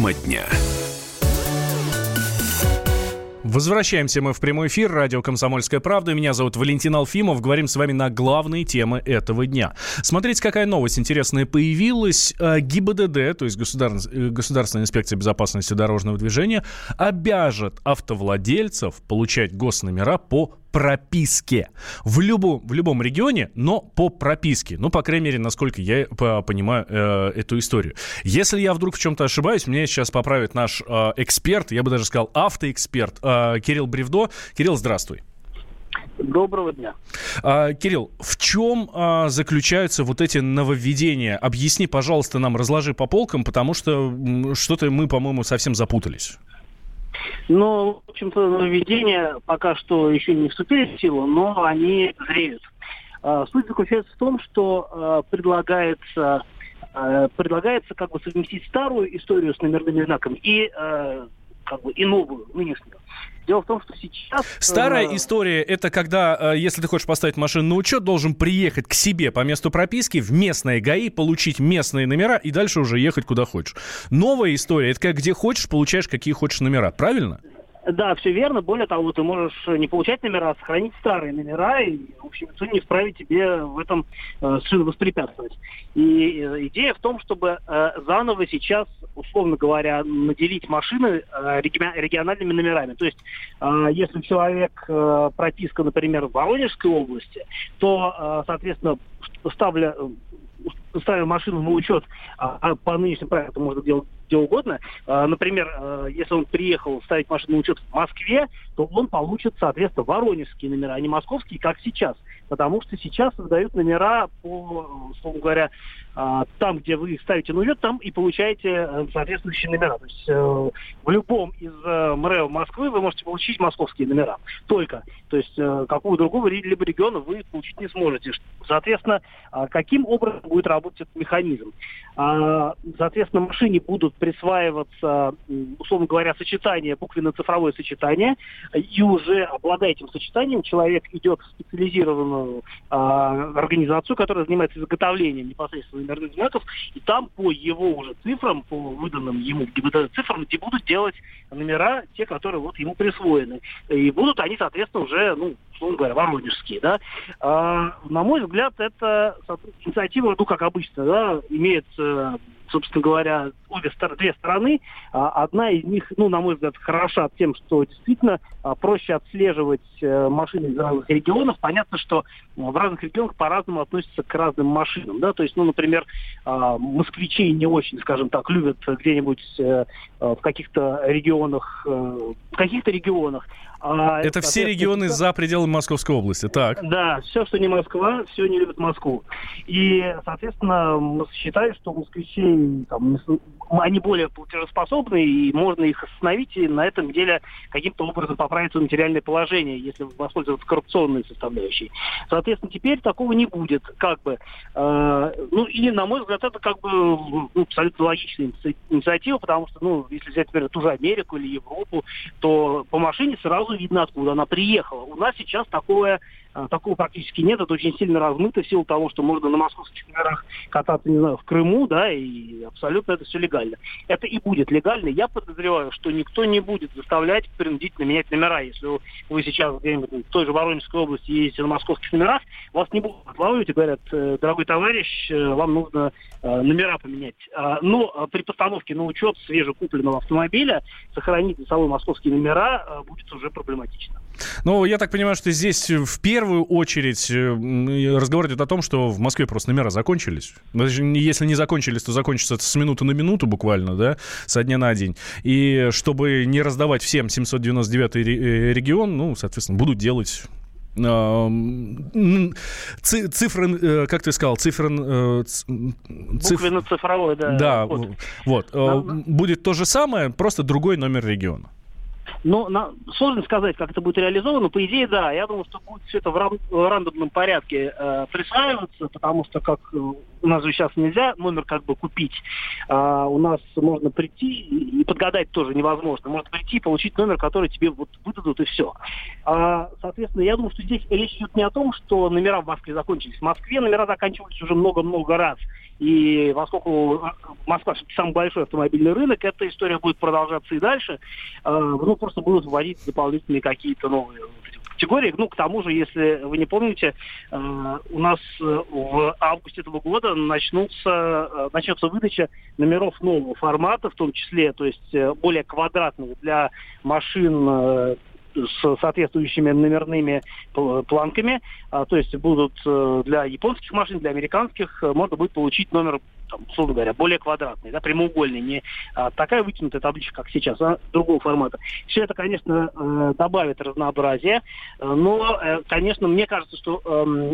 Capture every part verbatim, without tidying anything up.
Тема дня. Возвращаемся мы в прямой эфир. Радио «Комсомольская правда». Меня зовут Валентин Алфимов. Говорим с вами на главные темы этого дня. Смотрите, какая новость интересная появилась. ГИБДД, то есть Государ... Государственная инспекция безопасности дорожного движения, обяжет автовладельцев получать госномера по прописке. В, любом, в любом регионе, но по прописке. Ну, по крайней мере, насколько я понимаю э, эту историю. Если я вдруг в чем-то ошибаюсь, меня сейчас поправит наш э, эксперт, я бы даже сказал автоэксперт, э, Кирилл Бревдо. Кирилл, здравствуй. Доброго дня. А, Кирилл, в чем а, заключаются вот эти нововведения? Объясни, пожалуйста, нам, разложи по полкам, потому что м, что-то мы, по-моему, совсем запутались. Ну, в общем-то, нововведения пока что еще не вступили в силу, но они зреют. А, суть заключается в том, что а, предлагается, а, предлагается как бы совместить старую историю с номерными знаками и, а, как бы, и новую, нынешнюю. Дело в том, что сейчас... Старая э... история – это когда, если ты хочешь поставить машину на учет, должен приехать к себе по месту прописки в местное ГАИ, получить местные номера и дальше уже ехать куда хочешь. Новая история – это как где хочешь, получаешь какие хочешь номера. Правильно? Да, все верно. Более того, ты можешь не получать номера, а сохранить старые номера, и, в общем, никто не вправе тебе в этом э, совершенно воспрепятствовать. И э, идея в том, чтобы э, заново сейчас, условно говоря, наделить машины э, реги- региональными номерами. То есть, э, если человек э, прописка, например, в Воронежской области, то, э, соответственно, ставля... ставя машину на учет, а, а по нынешним правилам это можно делать где угодно. А, например, а, если он приехал ставить машину на учет в Москве, то он получит, соответственно, воронежские номера, а не московские, как сейчас. Потому что сейчас выдают номера по, условно говоря, а, там, где вы ставите на учет, там и получаете соответствующие номера. То есть э, в любом из э, МРЭО Москвы вы можете получить московские номера. Только. То есть э, какого другого либо региона вы получить не сможете. Соответственно, э, каким образом будет работать этот механизм? Э, соответственно, машине будут присваиваться, условно говоря, сочетания, буквенно-цифровое сочетание, и уже обладая этим сочетанием, человек идет в специализированную э, организацию, которая занимается изготовлением непосредственно номерных знаков, и там по его уже цифрам, по выданным ему ГИБДД цифрам, где будут делать номера, те, которые вот ему присвоены. И будут они, соответственно, уже, ну, условно говоря, воронежские, да. А, на мой взгляд, это инициатива, ну, как обычно, да, имеет, собственно говоря, обе стороны, две стороны. Одна из них, ну, на мой взгляд, хороша тем, что действительно проще отслеживать машины из разных регионов. Понятно, что в разных регионах по-разному относятся к разным машинам, да, то есть, ну, например, москвичи не очень, скажем так, любят где-нибудь в каких-то регионах, в каких-то регионах. Это все регионы за пределами Московской области, так? Да, все, что не Москва, все не любят Москву. И, соответственно, считаю, что москвичи, там, они более платежеспособны, и можно их остановить, и на этом деле каким-то образом поправить свое материальное положение, если воспользоваться коррупционной составляющей. Соответственно, теперь такого не будет, как бы. Э, ну, и, на мой взгляд, это как бы ну, абсолютно логичная инициатива, потому что, ну, если взять, например, ту же Америку или Европу, то по машине сразу видно, откуда она приехала. У нас сейчас такое, такого практически нет, это очень сильно размыто в силу того, что можно на московских номерах кататься, не знаю, в Крыму, да, и абсолютно это все легально. Это и будет легально. Я подозреваю, что никто не будет заставлять принудительно менять номера. Если вы сейчас где-нибудь в той же Воронежской области ездите на московских номерах, вас не будут отлавливать и говорят: дорогой товарищ, вам нужно номера поменять. Но при постановке на учет свежекупленного автомобиля сохранить за собой московские номера будет уже проблематично. Ну, я так понимаю, что здесь в первую очередь разговор идет о том, что в Москве просто номера закончились. Если не закончились, то закончатся с минуты на минуту буквально, да, со дня на день. И чтобы не раздавать всем семьсот девяносто девятый регион, ну, соответственно, будут делать... Цифры, как ты сказал, цифры... Буквенно-цифровой, да. Да, вот. вот. Да, будет то же самое, просто другой номер региона. Ну, на, сложно сказать, как это будет реализовано. По идее, да. Я думаю, что будет все это в, рам, в рандомном порядке э, присваиваться, потому что, как у нас же сейчас нельзя номер как бы купить. А у нас можно прийти, и подгадать тоже невозможно. Можно прийти и получить номер, который тебе вот выдадут, и все. А, соответственно, я думаю, что здесь речь идет не о том, что номера в Москве закончились. В Москве номера заканчивались уже много-много раз. И поскольку Москва самый большой автомобильный рынок, эта история будет продолжаться и дальше. А, ну, просто будут вводить дополнительные какие-то новые категории. Ну, к тому же, если вы не помните, э, у нас в августе этого года начнутся, э, начнется выдача номеров нового формата, в том числе, то есть э, более квадратных для машин э, с соответствующими номерными планками. А, то есть будут э, для японских машин, для американских э, можно будет получить номер, там, условно говоря, более квадратный, да, прямоугольный, не а, такая вытянутая табличка, как сейчас, а другого формата. Все это, конечно, э, добавит разнообразия, э, но, э, конечно, мне кажется, что э,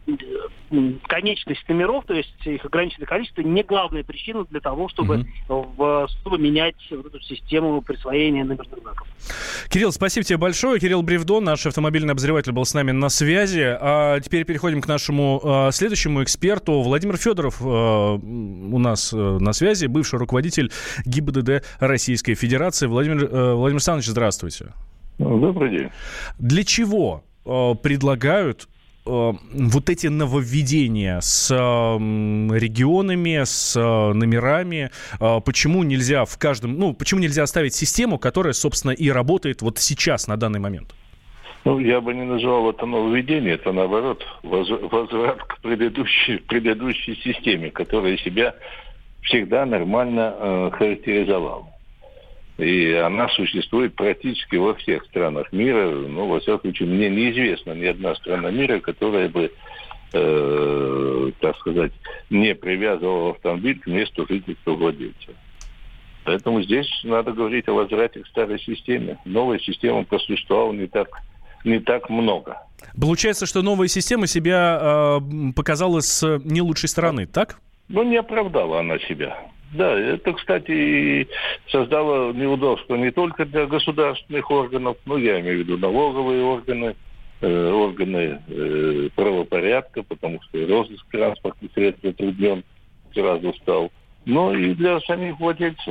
конечность номеров, то есть их ограниченное количество, не главная причина для того, чтобы, mm-hmm. в, чтобы менять вот эту систему присвоения номерных знаков. Кирилл, спасибо тебе большое. Кирилл Бревдо, наш автомобильный обозреватель, был с нами на связи. А теперь переходим к нашему а, следующему эксперту. Владимир Федоров а, у нас а, на связи, бывший руководитель ГИБДД Российской Федерации. Владимир, а, Владимир Александрович, здравствуйте. Добрый день. Для чего а, предлагают вот эти нововведения с регионами, с номерами? Почему нельзя в каждом, ну, почему нельзя оставить систему, которая, собственно, и работает вот сейчас, на данный момент? Ну, я бы не называл это нововведение, это, наоборот, возврат к предыдущей, предыдущей системе, которая себя всегда нормально э, характеризовала. И она существует практически во всех странах мира. Ну, во всяком случае, мне неизвестна ни одна страна мира, которая бы, э, так сказать, не привязывала автомобиль к месту жительства владельца. Поэтому здесь надо говорить о возврате к старой системе. Новая система просуществовала не так, не так много. Получается, что новая система себя э, показала с не лучшей стороны, так? Ну, не оправдала она себя. Да, это, кстати, создало неудобства не только для государственных органов, ну, я имею в виду налоговые органы, э, органы э, правопорядка, потому что розыск транспортных средств затруднен сразу стал, но и для самих владельцев.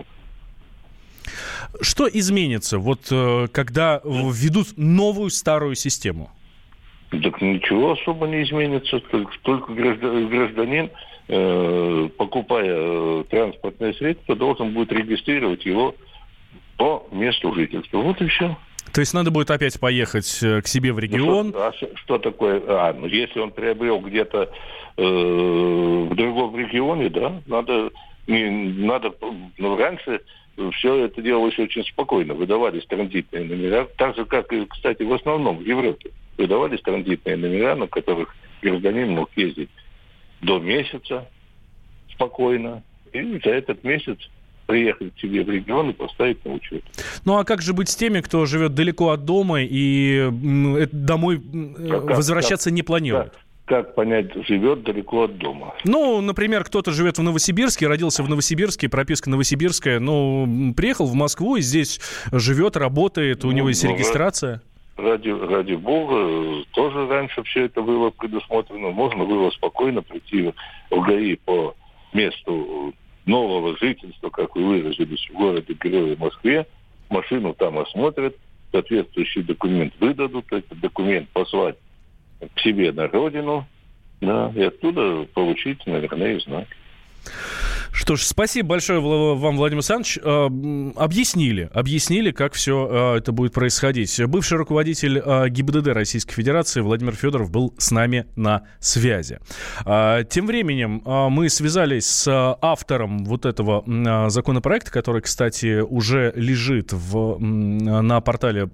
Что изменится, вот когда введут новую старую систему? Так ничего особо не изменится, только, только гражданин, э, покупая э, транспортное средство, должен будет регистрировать его по месту жительства. Вот и все. То есть надо будет опять поехать к себе в регион? Ну, что, а что такое? А, ну, если он приобрел где-то э, в другом регионе, да, надо, не, надо, ну, раньше все это делалось очень спокойно, выдавались транзитные номера, так же, как и, кстати, в основном в Европе. Выдавались транзитные номера, на которых гражданин мог ездить до месяца спокойно, и за этот месяц приехать к себе в регион и поставить на учет. Ну, а как же быть с теми, кто живет далеко от дома и домой как, возвращаться как, не планирует? Как, как понять, живет далеко от дома? Ну, например, кто-то живет в Новосибирске, родился в Новосибирске, прописка новосибирская, но приехал в Москву и здесь живет, работает, у ну, него есть ну, регистрация. Ради, ради бога, тоже раньше все это было предусмотрено. Можно было спокойно прийти в ГАИ по месту нового жительства, как вы выразились, в городе-герое Москве. Машину там осмотрят, соответствующий документ выдадут, этот документ послать к себе на родину, да, и оттуда получить номерные знаки. Что ж, спасибо большое вам, Владимир Александрович. Объяснили, объяснили, как все это будет происходить. Бывший руководитель ГИБДД Российской Федерации Владимир Федоров был с нами на связи. Тем временем мы связались с автором вот этого законопроекта, который, кстати, уже лежит в, на портале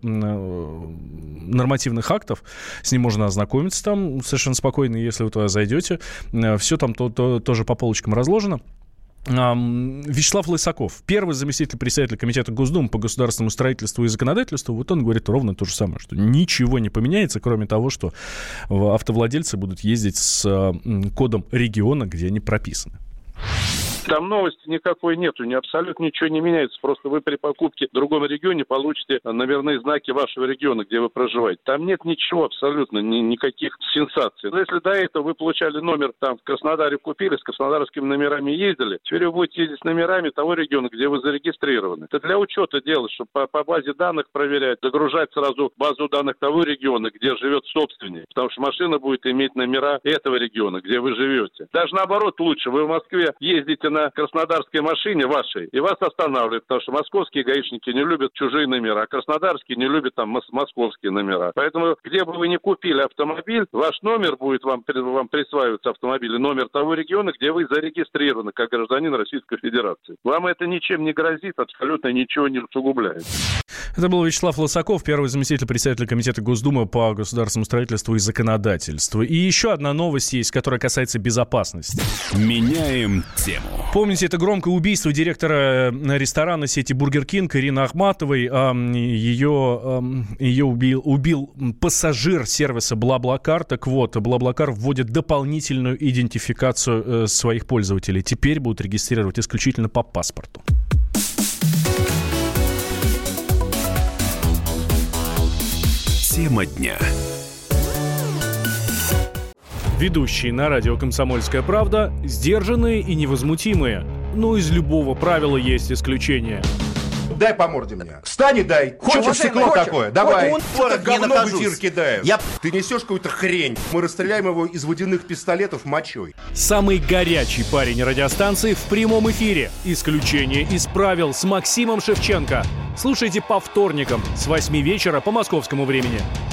нормативных актов. С ним можно ознакомиться там совершенно спокойно, если вы туда зайдете. Все там то, то, тоже по полочкам разложено. Вячеслав Лысаков, первый заместитель председателя Комитета Госдумы по государственному строительству и законодательству, вот он говорит ровно то же самое, что ничего не поменяется, кроме того, что автовладельцы будут ездить с кодом региона, где они прописаны. Там новости никакой нету, ни, абсолютно ничего не меняется. Просто вы при покупке в другом регионе получите номерные знаки вашего региона, где вы проживаете. Там нет ничего абсолютно, ни, никаких сенсаций. Но если до этого вы получали номер, там в Краснодаре купили, с краснодарскими номерами ездили, теперь вы будете ездить с номерами того региона, где вы зарегистрированы. Это для учета делать, чтобы по, по базе данных проверять, загружать сразу базу данных того региона, где живет собственник. Потому что машина будет иметь номера этого региона, где вы живете. Даже наоборот лучше. Вы в Москве ездите на краснодарской машине вашей, и вас останавливают, потому что московские гаишники не любят чужие номера, а краснодарские не любят там мос- московские номера. Поэтому, где бы вы ни купили автомобиль, ваш номер будет вам, вам присваиваться автомобиль, номер того региона, где вы зарегистрированы как гражданин Российской Федерации. Вам это ничем не грозит, абсолютно ничего не усугубляет. Это был Вячеслав Лосаков, первый заместитель председателя Комитета Госдумы по государственному строительству и законодательству. И еще одна новость есть, которая касается безопасности. Меняем тему. Помните, это громкое убийство директора ресторана сети «Бургер Кинг» Ирины Ахматовой. Ее, ее убил, убил пассажир сервиса BlaBlaCar. Так вот, BlaBlaCar вводит дополнительную идентификацию своих пользователей. Теперь будут регистрировать исключительно по паспорту. Тема дня. Ведущие на радио «Комсомольская правда» сдержанные и невозмутимые. Но из любого правила есть исключение. Дай по морде мне. Встань и дай. Хочешь Чё, стекло хочешь? такое? Давай. Вот Это он, говно в не эфир кидаешь. Я... Ты несешь какую-то хрень. Мы расстреляем его из водяных пистолетов мочой. Самый горячий парень радиостанции в прямом эфире. Исключение из правил с Максимом Шевченко. Слушайте по вторникам с восьми вечера по московскому времени.